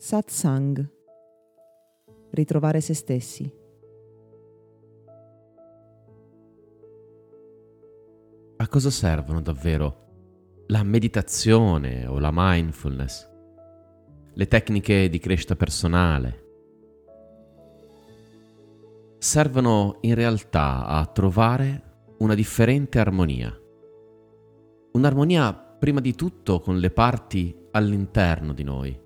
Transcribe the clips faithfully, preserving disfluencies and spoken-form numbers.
Satsang. Ritrovare se stessi. A cosa servono davvero la meditazione o la mindfulness? Le tecniche di crescita personale? Servono in realtà a trovare una differente armonia. Un'armonia prima di tutto con le parti all'interno di noi.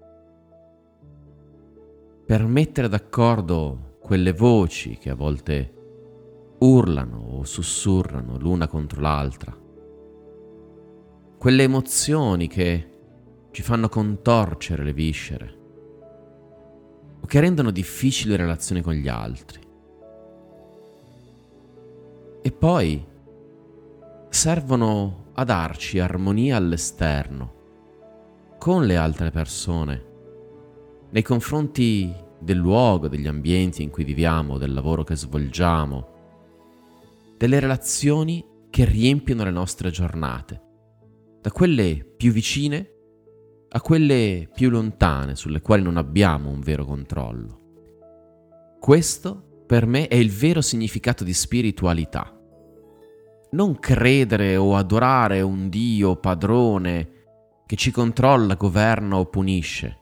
Per mettere d'accordo quelle voci che a volte urlano o sussurrano l'una contro l'altra. Quelle emozioni che ci fanno contorcere le viscere o che rendono difficili le relazioni con gli altri. E poi servono a darci armonia all'esterno, con le altre persone, nei confronti del luogo, degli ambienti in cui viviamo, del lavoro che svolgiamo, delle relazioni che riempiono le nostre giornate, da quelle più vicine a quelle più lontane sulle quali non abbiamo un vero controllo. Questo per me è il vero significato di spiritualità. Non credere o adorare un Dio padrone che ci controlla, governa o punisce,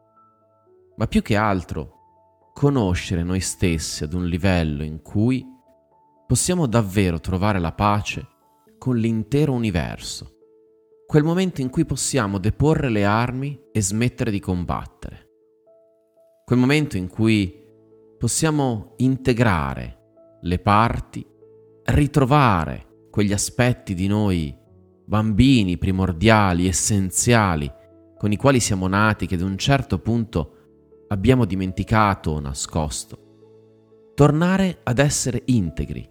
ma più che altro conoscere noi stessi ad un livello in cui possiamo davvero trovare la pace con l'intero universo, quel momento in cui possiamo deporre le armi e smettere di combattere, quel momento in cui possiamo integrare le parti, ritrovare quegli aspetti di noi bambini, primordiali, essenziali, con i quali siamo nati, che ad un certo punto abbiamo dimenticato o nascosto. Tornare ad essere integri,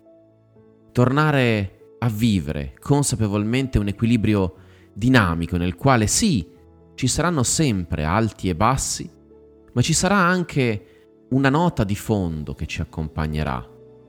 tornare a vivere consapevolmente un equilibrio dinamico nel quale sì, ci saranno sempre alti e bassi, ma ci sarà anche una nota di fondo che ci accompagnerà,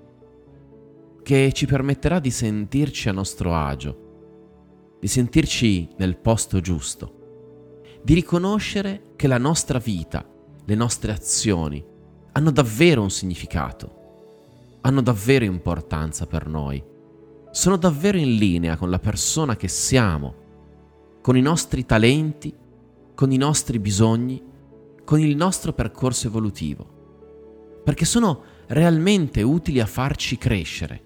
che ci permetterà di sentirci a nostro agio, di sentirci nel posto giusto, di riconoscere che la nostra vita, le nostre azioni hanno davvero un significato, hanno davvero importanza per noi, sono davvero in linea con la persona che siamo, con i nostri talenti, con i nostri bisogni, con il nostro percorso evolutivo, perché sono realmente utili a farci crescere.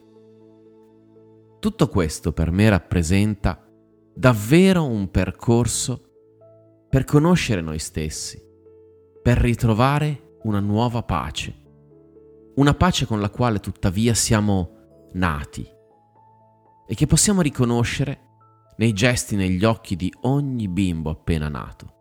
Tutto questo per me rappresenta davvero un percorso per conoscere noi stessi, per ritrovare una nuova pace, una pace con la quale tuttavia siamo nati e che possiamo riconoscere nei gesti, negli occhi di ogni bimbo appena nato.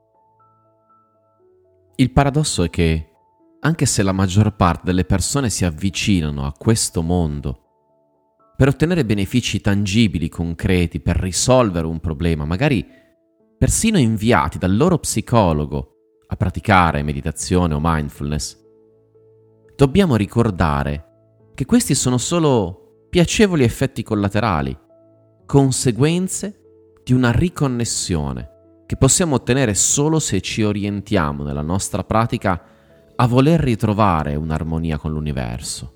Il paradosso è che, anche se la maggior parte delle persone si avvicinano a questo mondo per ottenere benefici tangibili, concreti, per risolvere un problema, magari persino inviati dal loro psicologo a praticare meditazione o mindfulness, dobbiamo ricordare che questi sono solo piacevoli effetti collaterali, conseguenze di una riconnessione che possiamo ottenere solo se ci orientiamo nella nostra pratica a voler ritrovare un'armonia con l'universo.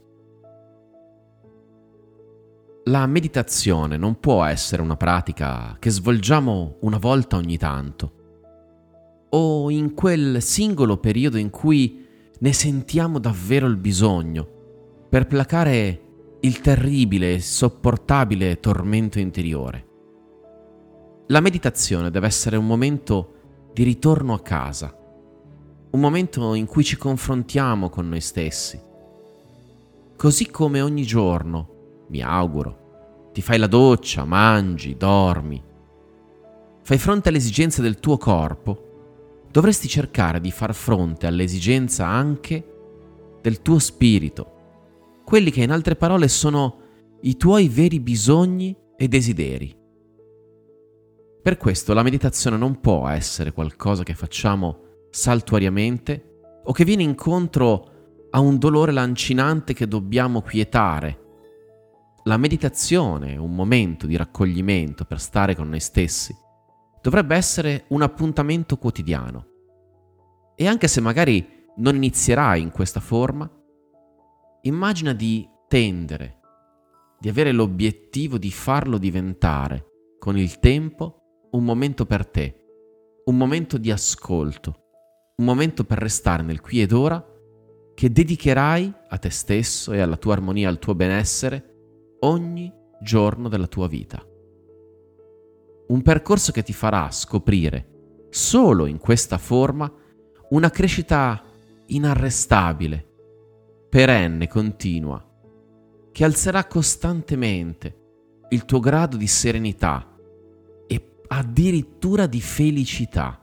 La meditazione non può essere una pratica che svolgiamo una volta ogni tanto, o in quel singolo periodo in cui ne sentiamo davvero il bisogno, per placare il terribile e sopportabile tormento interiore. La meditazione deve essere un momento di ritorno a casa, un momento in cui ci confrontiamo con noi stessi. Così come ogni giorno, mi auguro, ti fai la doccia, mangi, dormi, fai fronte alle esigenze del tuo corpo, dovresti cercare di far fronte all'esigenza anche del tuo spirito, quelli che in altre parole sono i tuoi veri bisogni e desideri. Per questo la meditazione non può essere qualcosa che facciamo saltuariamente o che viene incontro a un dolore lancinante che dobbiamo quietare. La meditazione, un momento di raccoglimento per stare con noi stessi, dovrebbe essere un appuntamento quotidiano. E anche se magari non inizierai in questa forma, immagina di tendere, di avere l'obiettivo di farlo diventare, con il tempo, un momento per te, un momento di ascolto, un momento per restare nel qui ed ora, che dedicherai a te stesso e alla tua armonia, al tuo benessere, ogni giorno della tua vita. Un percorso che ti farà scoprire, solo in questa forma, una crescita inarrestabile, perenne, continua, che alzerà costantemente il tuo grado di serenità e addirittura di felicità.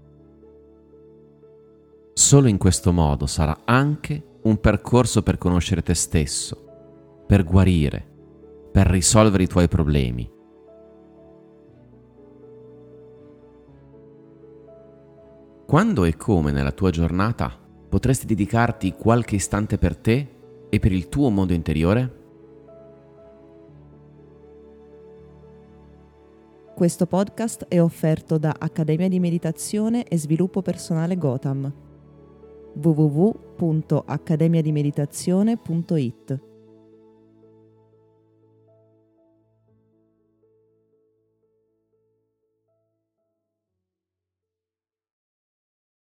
Solo in questo modo sarà anche un percorso per conoscere te stesso, per guarire, per risolvere i tuoi problemi. Quando e come nella tua giornata potresti dedicarti qualche istante per te e per il tuo mondo interiore? Questo podcast è offerto da Accademia di Meditazione e Sviluppo Personale Gotham. w w w punto accademia di meditazione punto i t